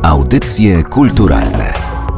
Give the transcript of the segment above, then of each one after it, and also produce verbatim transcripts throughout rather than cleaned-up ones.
Audycje kulturalne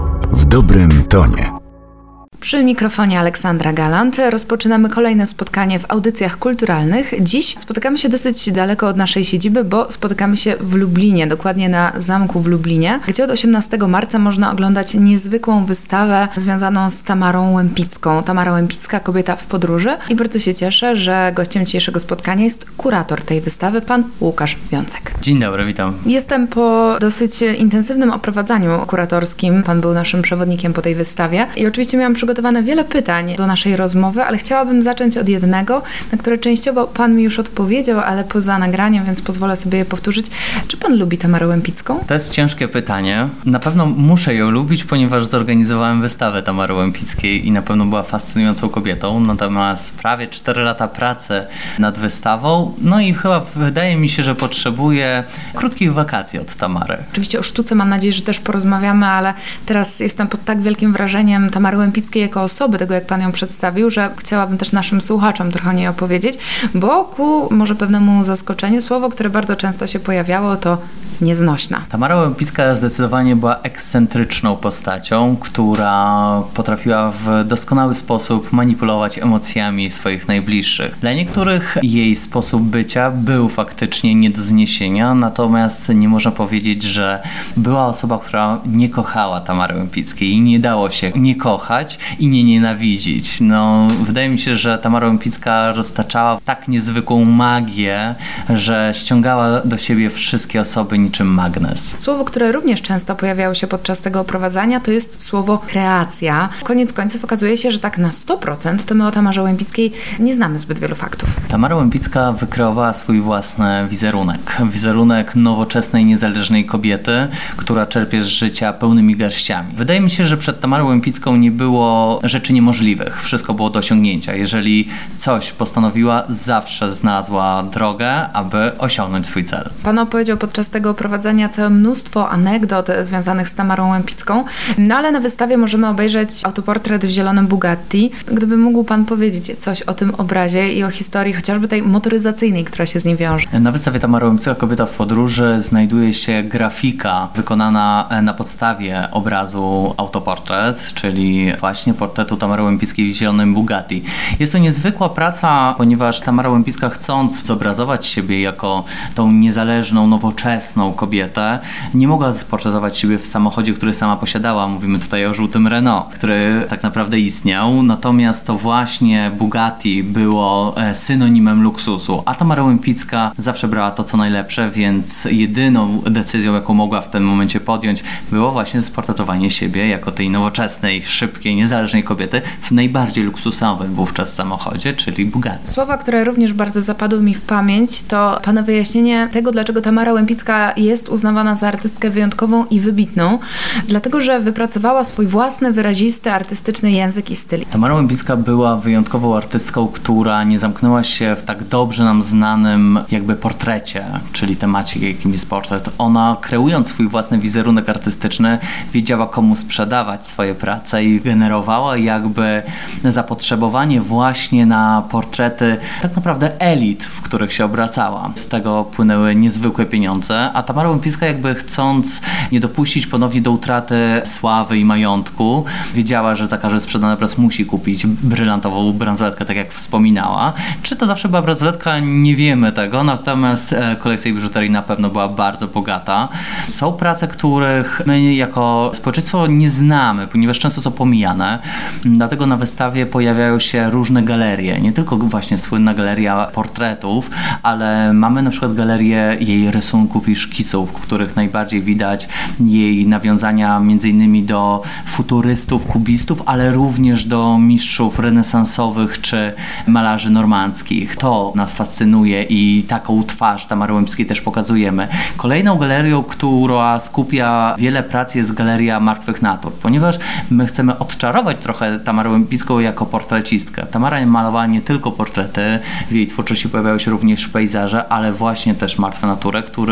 w dobrym tonie. Przy mikrofonie Aleksandra Galant. Rozpoczynamy kolejne spotkanie w audycjach kulturalnych. Dziś spotykamy się dosyć daleko od naszej siedziby, bo spotykamy się w Lublinie, dokładnie na zamku w Lublinie, gdzie od osiemnastego marca można oglądać niezwykłą wystawę związaną z Tamarą Łempicką. Tamara Łempicka, kobieta w podróży. I bardzo się cieszę, że gościem dzisiejszego spotkania jest kurator tej wystawy, pan Łukasz Wiącek. Dzień dobry, witam. Jestem po dosyć intensywnym oprowadzaniu kuratorskim. Pan był naszym przewodnikiem po tej wystawie i oczywiście miałam przygotowane wiele pytań do naszej rozmowy, ale chciałabym zacząć od jednego, na które częściowo pan mi już odpowiedział, ale poza nagraniem, więc pozwolę sobie je powtórzyć. Czy pan lubi Tamarę Łempicką? To jest ciężkie pytanie. Na pewno muszę ją lubić, ponieważ zorganizowałem wystawę Tamary Łempickiej i na pewno była fascynującą kobietą. Natomiast prawie cztery lata pracy nad wystawą, no i chyba wydaje mi się, że potrzebuję krótkich wakacji od Tamary. Oczywiście o sztuce mam nadzieję, że też porozmawiamy, ale teraz jestem pod tak wielkim wrażeniem Tamary Łempickiej jako osoby, tego jak pan ją przedstawił, że chciałabym też naszym słuchaczom trochę o niej opowiedzieć, bo ku może pewnemu zaskoczeniu słowo, które bardzo często się pojawiało, to nieznośna. Tamara Łempicka zdecydowanie była ekscentryczną postacią, która potrafiła w doskonały sposób manipulować emocjami swoich najbliższych. Dla niektórych jej sposób bycia był faktycznie nie do zniesienia, natomiast nie można powiedzieć, że była osoba, która nie kochała Tamary Łempickiej i nie dało się nie kochać i nie nienawidzić. No, wydaje mi się, że Tamara Łempicka roztaczała tak niezwykłą magię, że ściągała do siebie wszystkie osoby niczym magnes. Słowo, które również często pojawiało się podczas tego oprowadzania, to jest słowo kreacja. Koniec końców okazuje się, że tak na sto procent to my o Tamarze Łempickiej nie znamy zbyt wielu faktów. Tamara Łempicka wykreowała swój własny wizerunek. Wizerunek nowoczesnej, niezależnej kobiety, która czerpie z życia pełnymi garściami. Wydaje mi się, że przed Tamarą Łempicką nie było rzeczy niemożliwych. Wszystko było do osiągnięcia. Jeżeli coś postanowiła, zawsze znalazła drogę, aby osiągnąć swój cel. Pan opowiedział podczas tego oprowadzania całe mnóstwo anegdot związanych z Tamarą Łempicką, no ale na wystawie możemy obejrzeć autoportret w zielonym Bugatti. Gdyby mógł pan powiedzieć coś o tym obrazie i o historii chociażby tej motoryzacyjnej, która się z nim wiąże. Na wystawie Tamara Łempicka, kobieta w podróży, znajduje się grafika wykonana na podstawie obrazu autoportret, czyli właśnie portretu Tamary Łempickiej w zielonym Bugatti. Jest to niezwykła praca, ponieważ Tamara Łempicka, chcąc zobrazować siebie jako tą niezależną, nowoczesną kobietę, nie mogła sportretować siebie w samochodzie, który sama posiadała. Mówimy tutaj o żółtym Renault, który tak naprawdę istniał. Natomiast to właśnie Bugatti było synonimem luksusu. A Tamara Łempicka zawsze brała to, co najlepsze, więc jedyną decyzją, jaką mogła w tym momencie podjąć, było właśnie sportretowanie siebie jako tej nowoczesnej, szybkiej, niezależnej kobiety w najbardziej luksusowym wówczas samochodzie, czyli Bugatti. Słowa, które również bardzo zapadły mi w pamięć, to pana wyjaśnienie tego, dlaczego Tamara Łempicka jest uznawana za artystkę wyjątkową i wybitną, dlatego, że wypracowała swój własny, wyrazisty, artystyczny język i styl. Tamara Łempicka była wyjątkową artystką, która nie zamknęła się w tak dobrze nam znanym jakby portrecie, czyli temacie, jakim jest portret. Ona, kreując swój własny wizerunek artystyczny, wiedziała, komu sprzedawać swoje prace i generowała jakby zapotrzebowanie właśnie na portrety tak naprawdę elit, w których się obracała. Z tego płynęły niezwykłe pieniądze, a Tamara Łempicka, jakby chcąc nie dopuścić ponownie do utraty sławy i majątku, wiedziała, że za każdy sprzedany obraz musi kupić brylantową bransoletkę, tak jak wspominała. Czy to zawsze była bransoletka? Nie wiemy tego, natomiast kolekcja biżuterii na pewno była bardzo bogata. Są prace, których my jako społeczeństwo nie znamy, ponieważ często są pomijane. Dlatego na wystawie pojawiają się różne galerie. Nie tylko właśnie słynna galeria portretów, ale mamy na przykład galerię jej rysunków i szkiców, w których najbardziej widać jej nawiązania między innymi do futurystów, kubistów, ale również do mistrzów renesansowych czy malarzy normandzkich. To nas fascynuje i taką twarz Tamary Łempickiej też pokazujemy. Kolejną galerią, która skupia wiele prac, jest Galeria Martwych Natur, ponieważ my chcemy odczarować trochę Tamarę Łempicką jako portrecistkę. Tamara malowała nie tylko portrety, w jej twórczości pojawiały się również pejzaże, ale właśnie też martwe natury, którymi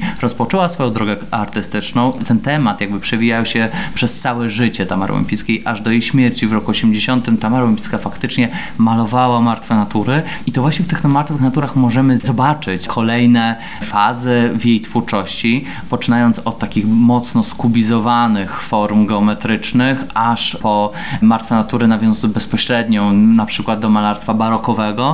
rozpoczęła swoją drogę artystyczną. Ten temat jakby przewijał się przez całe życie Tamary Łępickiej, aż do jej śmierci w roku osiemdziesiątym. Tamara Łępicka faktycznie malowała martwe natury i to właśnie w tych martwych naturach możemy zobaczyć kolejne fazy w jej twórczości, poczynając od takich mocno skubizowanych form geometrycznych, aż po martwe natury nawiązując bezpośrednio na przykład do malarstwa barokowego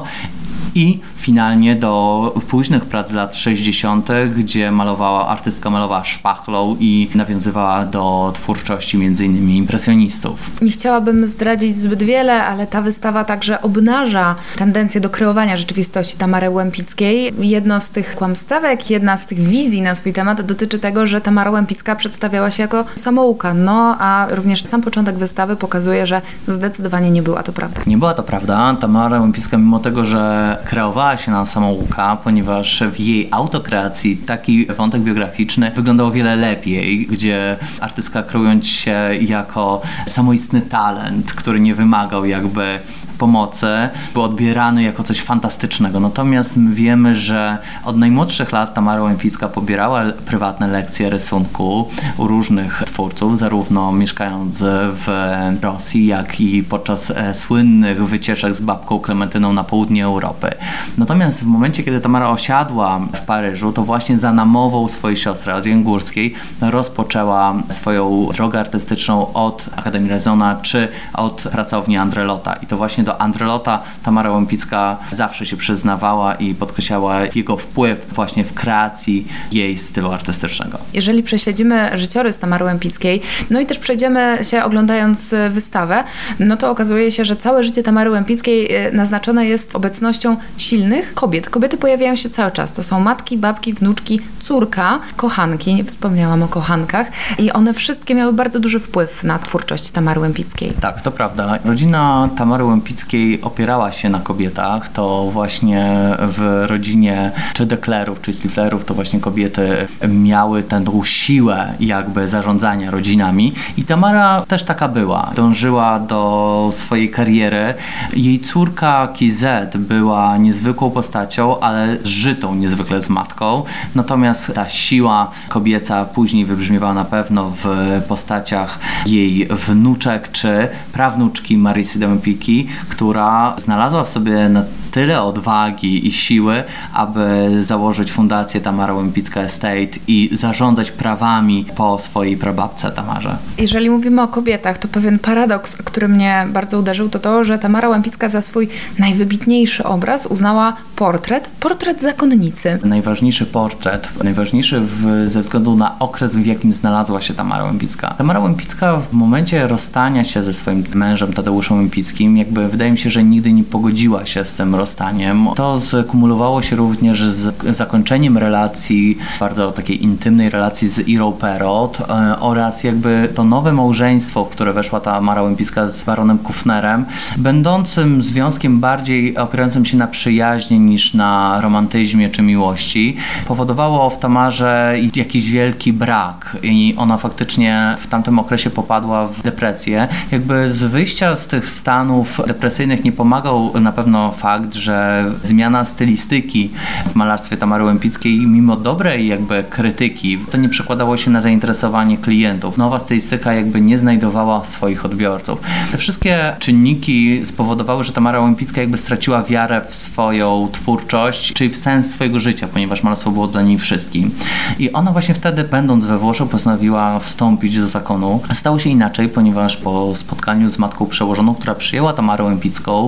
i finalnie do późnych prac lat sześćdziesiątych, gdzie malowała, artystka malowała szpachlą i nawiązywała do twórczości między innymi impresjonistów. Nie chciałabym zdradzić zbyt wiele, ale ta wystawa także obnaża tendencję do kreowania rzeczywistości Tamary Łępickiej. Jedno z tych kłamstewek, jedna z tych wizji na swój temat dotyczy tego, że Tamara Łępicka przedstawiała się jako samouka, no a również sam początek wystawy pokazuje, że zdecydowanie nie była to prawda. Nie była to prawda. Tamara Łępicka, mimo tego, że kreowała się na samouka, ponieważ w jej autokreacji taki wątek biograficzny wyglądał o wiele lepiej, gdzie artystka kreując się jako samoistny talent, który nie wymagał jakby pomocy, był odbierany jako coś fantastycznego. Natomiast my wiemy, że od najmłodszych lat Tamara Łępicka pobierała prywatne lekcje rysunku u różnych twórców, zarówno mieszkając w Rosji, jak i podczas e, słynnych wycieczek z babką Klementyną na południe Europy. Natomiast w momencie, kiedy Tamara osiadła w Paryżu, to właśnie za namową swojej siostry Adrienne Górskiej rozpoczęła swoją drogę artystyczną od Akademii Rezona czy od pracowni André Lotta. I to właśnie do André Lotta Tamara Łępicka zawsze się przyznawała i podkreślała jego wpływ właśnie w kreacji jej stylu artystycznego. Jeżeli prześledzimy życiorys Tamary Łępickiej, no i też przejdziemy się oglądając wystawę, no to okazuje się, że całe życie Tamary Łępickiej naznaczone jest obecnością silnych kobiet. Kobiety pojawiają się cały czas. To są matki, babki, wnuczki, córka, kochanki. Nie wspomniałam o kochankach. I one wszystkie miały bardzo duży wpływ na twórczość Tamary Łępickiej. Tak, to prawda. Rodzina Tamary Łępickiej opierała się na kobietach. To właśnie w rodzinie czy Deklerów, czy Stiflerów, to właśnie kobiety miały tę siłę jakby zarządzania rodzinami. I Tamara też taka była. Dążyła do swojej kariery. Jej córka Kizet była niezwykłą postacią, ale zżytą niezwykle z matką. Natomiast ta siła kobieca później wybrzmiewała na pewno w postaciach jej wnuczek czy prawnuczki Marisy de Łępiki, która znalazła w sobie na tyle odwagi i siły, aby założyć fundację Tamara Łępicka Estate i zarządzać prawami po swojej prababce Tamarze. Jeżeli mówimy o kobietach, to pewien paradoks, który mnie bardzo uderzył, to to, że Tamara Łępicka za swój najwybitniejszy obraz uznała portret, portret zakonnicy. Najważniejszy portret, najważniejszy w, ze względu na okres, w jakim znalazła się Tamara Łępicka. Tamara Łępicka w momencie rozstania się ze swoim mężem Tadeuszem Łępickim, jakby wydaje mi się, że nigdy nie pogodziła się z tym rozstaniem. To skumulowało się również z zakończeniem relacji, bardzo takiej intymnej relacji z Irą Perot e, oraz jakby to nowe małżeństwo, w które weszła Tamara Łępicka z baronem Kufnerem, będącym związkiem bardziej opierającym się na przyjaźni niż na romantyzmie czy miłości, powodowało w Tamarze jakiś wielki brak i ona faktycznie w tamtym okresie popadła w depresję. Jakby z wyjścia z tych stanów depresyjnych nie pomagał na pewno fakt, że zmiana stylistyki w malarstwie Tamary Łępickiej, mimo dobrej jakby krytyki, to nie przekładało się na zainteresowanie klientów. Nowa stylistyka jakby nie znajdowała swoich odbiorców. Te wszystkie czynniki spowodowały, że Tamara Łępicka jakby straciła wiarę w swoją twórczość, czyli w sens swojego życia, ponieważ malarstwo było dla niej wszystkim. I ona właśnie wtedy, będąc we Włoszech, postanowiła wstąpić do zakonu. Stało się inaczej, ponieważ po spotkaniu z matką przełożoną, która przyjęła Tamarę Łępicką,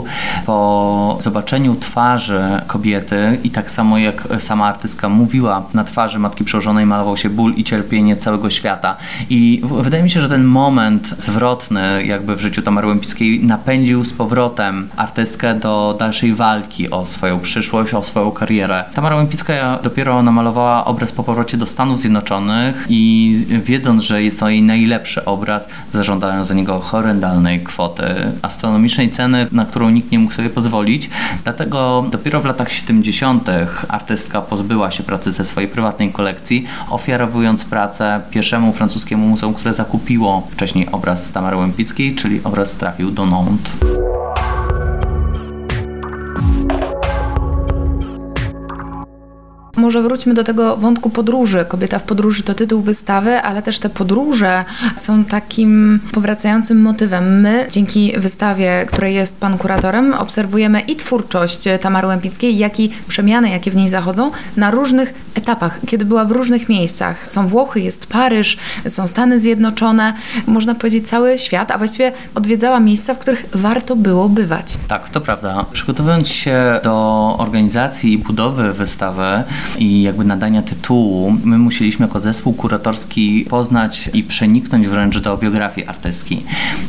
po zobaczeniu twarzy kobiety i tak samo jak sama artystka mówiła, na twarzy matki przełożonej malował się ból i cierpienie całego świata. I w- wydaje mi się, że ten moment zwrotny jakby w życiu Tamary Łępickiej napędził z powrotem artystkę do dalszej walki o swoją przyszłość, o swoją karierę. Tamara Łępicka dopiero namalowała obraz po powrocie do Stanów Zjednoczonych i wiedząc, że jest to jej najlepszy obraz, zażądają za niego horrendalnej kwoty, astronomicznej ceny, na którą nikt nie mógł sobie pozwolić. Dlatego dopiero w latach siedemdziesiątych artystka pozbyła się pracy ze swojej prywatnej kolekcji, ofiarowując pracę pierwszemu francuskiemu muzeum, które zakupiło wcześniej obraz Tamary Łępickiej, czyli obraz trafił do Nantes. może wróćmy do tego wątku podróży. Kobieta w podróży to tytuł wystawy, ale też te podróże są takim powracającym motywem. My dzięki wystawie, której jest pan kuratorem, obserwujemy i twórczość Tamary Łępickiej, jak i przemiany, jakie w niej zachodzą na różnych etapach, kiedy była w różnych miejscach. Są Włochy, jest Paryż, są Stany Zjednoczone, można powiedzieć cały świat, a właściwie odwiedzała miejsca, w których warto było bywać. Tak, to prawda. Przygotowując się do organizacji i budowy wystawy i jakby nadania tytułu, my musieliśmy jako zespół kuratorski poznać i przeniknąć wręcz do biografii artystki.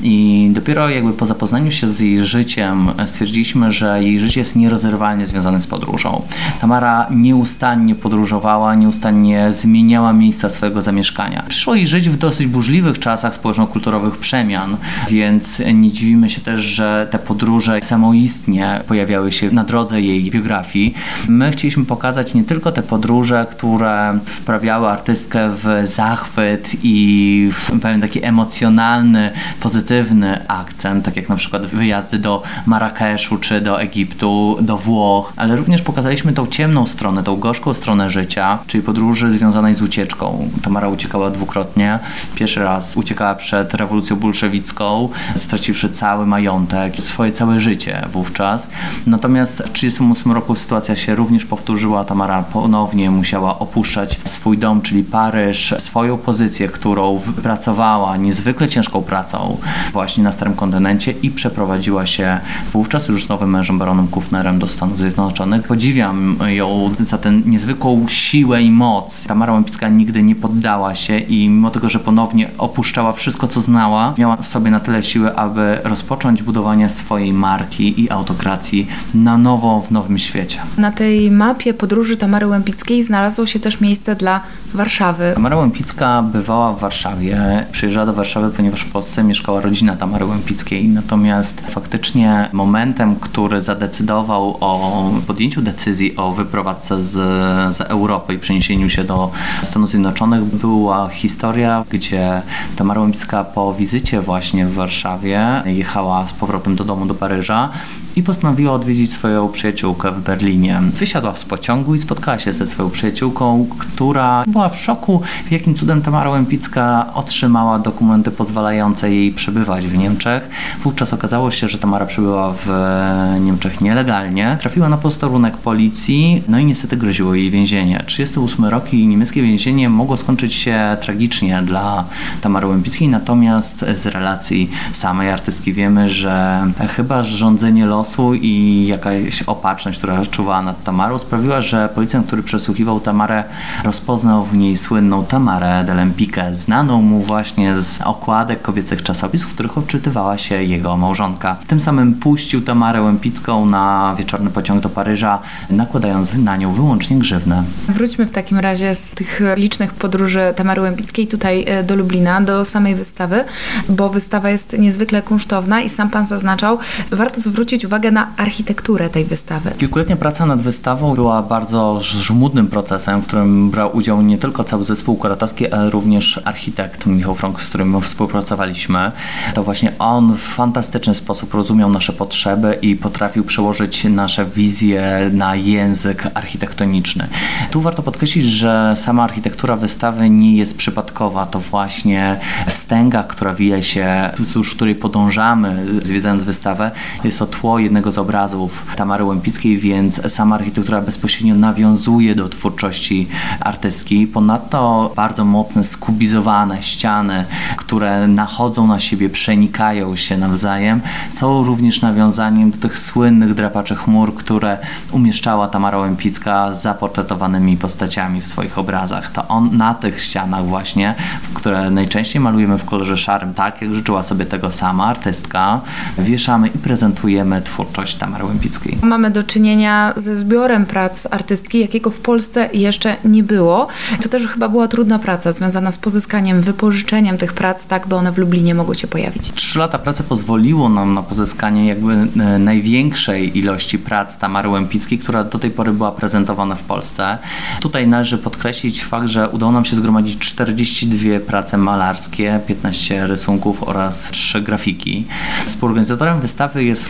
I dopiero jakby po zapoznaniu się z jej życiem stwierdziliśmy, że jej życie jest nierozerwalnie związane z podróżą. Tamara nieustannie podróżowała, nieustannie zmieniała miejsca swojego zamieszkania. Przyszło jej żyć w dosyć burzliwych czasach społeczno-kulturowych przemian, więc nie dziwimy się też, że te podróże samoistnie pojawiały się na drodze jej biografii. My chcieliśmy pokazać nie tylko te podróże, które wprawiały artystkę w zachwyt i w pewien taki emocjonalny, pozytywny akcent, tak jak na przykład wyjazdy do Marrakeszu czy do Egiptu, do Włoch, ale również pokazaliśmy tą ciemną stronę, tą gorzką stronę życia, czyli podróży związanej z ucieczką. Tamara uciekała dwukrotnie. Pierwszy raz uciekała przed rewolucją bolszewicką, straciwszy cały majątek, swoje całe życie wówczas. Natomiast w tysiąc dziewięćset trzydziestym ósmym roku sytuacja się również powtórzyła. Tamara ponownie musiała opuszczać swój dom, czyli Paryż, swoją pozycję, którą wypracowała niezwykle ciężką pracą właśnie na Starym Kontynencie i przeprowadziła się wówczas już z nowym mężem, baronem Kufnerem, do Stanów Zjednoczonych. Podziwiam ją za tę niezwykłą siłę i moc. Tamara Łępicka nigdy nie poddała się i mimo tego, że ponownie opuszczała wszystko, co znała, miała w sobie na tyle siły, aby rozpocząć budowanie swojej marki i autokracji na nowo w nowym świecie. Na tej mapie podróży Tamary Łępickiej znalazło się też miejsce dla Warszawy. Tamara Łępicka bywała w Warszawie, przyjeżdżała do Warszawy, ponieważ w Polsce mieszkała rodzina Tamary Łępickiej. Natomiast faktycznie momentem, który zadecydował o podjęciu decyzji o wyprowadzce z, z Europy i przeniesieniu się do Stanów Zjednoczonych, była historia, gdzie Tamara Łępicka po wizycie właśnie w Warszawie jechała z powrotem do domu do Paryża i postanowiła odwiedzić swoją przyjaciółkę w Berlinie. Wysiadła z pociągu i spotkała się ze swoją przyjaciółką, która była w szoku, w jakim cudem Tamara Łępicka otrzymała dokumenty pozwalające jej przebywać w Niemczech. Wówczas okazało się, że Tamara przebyła w Niemczech nielegalnie. Trafiła na posterunek policji, no i niestety groziło jej więzienie. trzydziesty ósmy rok i niemieckie więzienie mogło skończyć się tragicznie dla Tamary Łępickiej, natomiast z relacji samej artystki wiemy, że chyba rządzenie losu i jakaś opatrzność, która czuwała nad Tamarą, sprawiła, że policjant, który przesłuchiwał Tamarę, rozpoznał w niej słynną Tamarę de Lempickę, znaną mu właśnie z okładek kobiecych czasopism, w których odczytywała się jego małżonka. Tym samym puścił Tamarę Łępicką na wieczorny pociąg do Paryża, nakładając na nią wyłącznie grzywnę. Wróćmy w takim razie z tych licznych podróży Tamary Łępickiej tutaj do Lublina, do samej wystawy, bo wystawa jest niezwykle kunsztowna i sam pan zaznaczał, warto zwrócić uwagę na architekturę tej wystawy. Kilkuletnia praca nad wystawą była bardzo żmudnym procesem, w którym brał udział nie tylko cały zespół kuratorski, ale również architekt Michał Frąk, z którym współpracowaliśmy. To właśnie on w fantastyczny sposób rozumiał nasze potrzeby i potrafił przełożyć nasze wizje na język architektoniczny. Tu warto podkreślić, że sama architektura wystawy nie jest przypadkowa. To właśnie wstęga, która wije się, wzdłuż której podążamy, zwiedzając wystawę, jest to tło jednego z obrazów Tamary Łępickiej, więc sama architektura bezpośrednio nawiązuje do twórczości artystki. Ponadto bardzo mocne, skubizowane ściany, które nachodzą na siebie, przenikają się nawzajem, są również nawiązaniem do tych słynnych drapaczy chmur, które umieszczała Tamara Łępicka z zaportretowanymi postaciami w swoich obrazach. To on na tych ścianach właśnie, które najczęściej malujemy w kolorze szarym, tak jak życzyła sobie tego sama artystka, wieszamy i prezentujemy twórczość Tamary Łępickiej. Mamy do czynienia ze zbiorem prac artystki, jakiego w Polsce jeszcze nie było. To też chyba była trudna praca związana z pozyskaniem, wypożyczeniem tych prac, tak by one w Lublinie mogły się pojawić. Trzy lata pracy pozwoliło nam na pozyskanie jakby e, największej ilości prac Tamary Łępickiej, która do tej pory była prezentowana w Polsce. Tutaj należy podkreślić fakt, że udało nam się zgromadzić czterdzieści dwie prace malarskie, piętnaście rysunków oraz trzy grafiki. Współorganizatorem wystawy jest również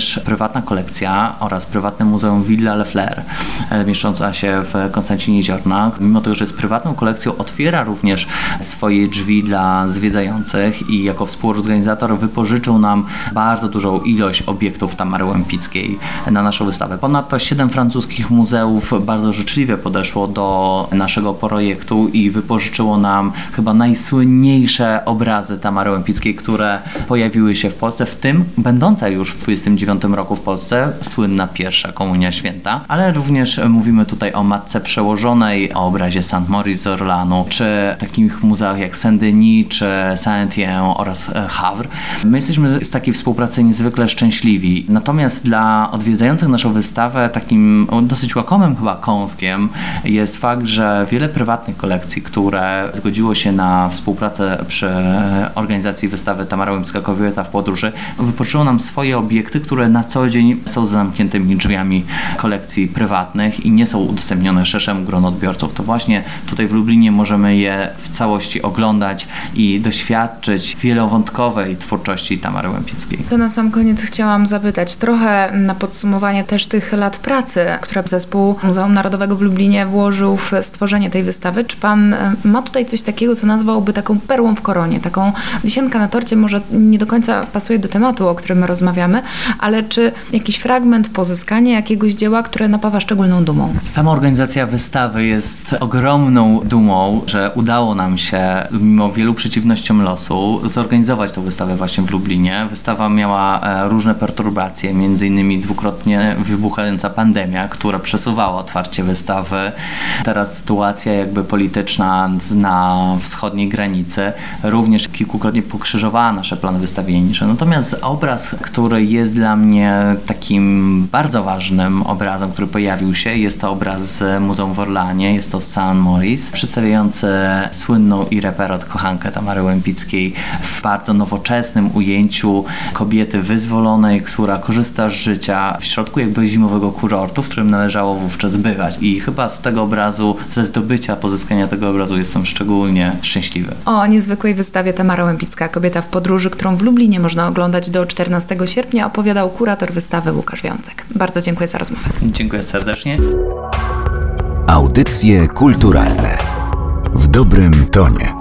również prywatna kolekcja oraz prywatne muzeum Villa Le Fleur, mieszcząca się w Konstancinie Jeziorna. Mimo tego, że jest prywatną kolekcją, otwiera również swoje drzwi dla zwiedzających i jako współorganizator wypożyczył nam bardzo dużą ilość obiektów Tamary Łempickiej na naszą wystawę. Ponadto siedem francuskich muzeów bardzo życzliwie podeszło do naszego projektu i wypożyczyło nam chyba najsłynniejsze obrazy Tamary Łempickiej, które pojawiły się w Polsce, w tym będąca już w dwudziestym dziewiątym roku w Polsce słynna pierwsza Komunia Święta, ale również mówimy tutaj o Matce Przełożonej, o obrazie Saint Maurice z Orlanu, czy takich muzeach jak Saint-Denis, czy Saint-Étienne oraz Havre. My jesteśmy z takiej współpracy niezwykle szczęśliwi. Natomiast dla odwiedzających naszą wystawę takim dosyć łakomym chyba kąskiem jest fakt, że wiele prywatnych kolekcji, które zgodziło się na współpracę przy organizacji wystawy Tamara Łempicka Kobieta w podróży, wypożyczyło nam swoje obiekty, które na co dzień są z zamkniętymi drzwiami kolekcji prywatnych i nie są udostępnione szerszemu gronu odbiorców. To właśnie tutaj w Lublinie możemy je w całości oglądać i doświadczyć wielowątkowej twórczości Tamary Łempickiej. To na sam koniec chciałam zapytać trochę na podsumowanie też tych lat pracy, które zespół Muzeum Narodowego w Lublinie włożył w stworzenie tej wystawy. Czy pan ma tutaj coś takiego, co nazwałby taką perłą w koronie, taką wisienka na torcie, może nie do końca pasuje do tematu, o którym my rozmawiamy, ale czy jakiś fragment, pozyskanie jakiegoś dzieła, które napawa szczególną dumą? Sama organizacja wystawy jest ogromną dumą, że udało nam się, mimo wielu przeciwnościom losu, zorganizować tę wystawę właśnie w Lublinie. Wystawa miała różne perturbacje, między innymi dwukrotnie wybuchająca pandemia, która przesuwała otwarcie wystawy. Teraz sytuacja jakby polityczna na wschodniej granicy również kilkukrotnie pokrzyżowała nasze plany wystawiennicze. Natomiast obraz, który jest dla mnie takim bardzo ważnym obrazem, który pojawił się, jest to obraz z Muzeum w Orlanie, jest to Saint Maurice, przedstawiający słynną Irę Perot, kochankę Tamary Łempickiej, w bardzo nowoczesnym ujęciu kobiety wyzwolonej, która korzysta z życia w środku jakby zimowego kurortu, w którym należało wówczas bywać. I chyba z tego obrazu, ze zdobycia, pozyskania tego obrazu jestem szczególnie szczęśliwy. O niezwykłej wystawie Tamara Łempicka Kobieta w podróży, którą w Lublinie można oglądać do czternastego sierpnia, opowiadał kurator wystawy Łukasz Wiącek. Bardzo dziękuję za rozmowę. Dziękuję serdecznie. Audycje kulturalne w dobrym tonie.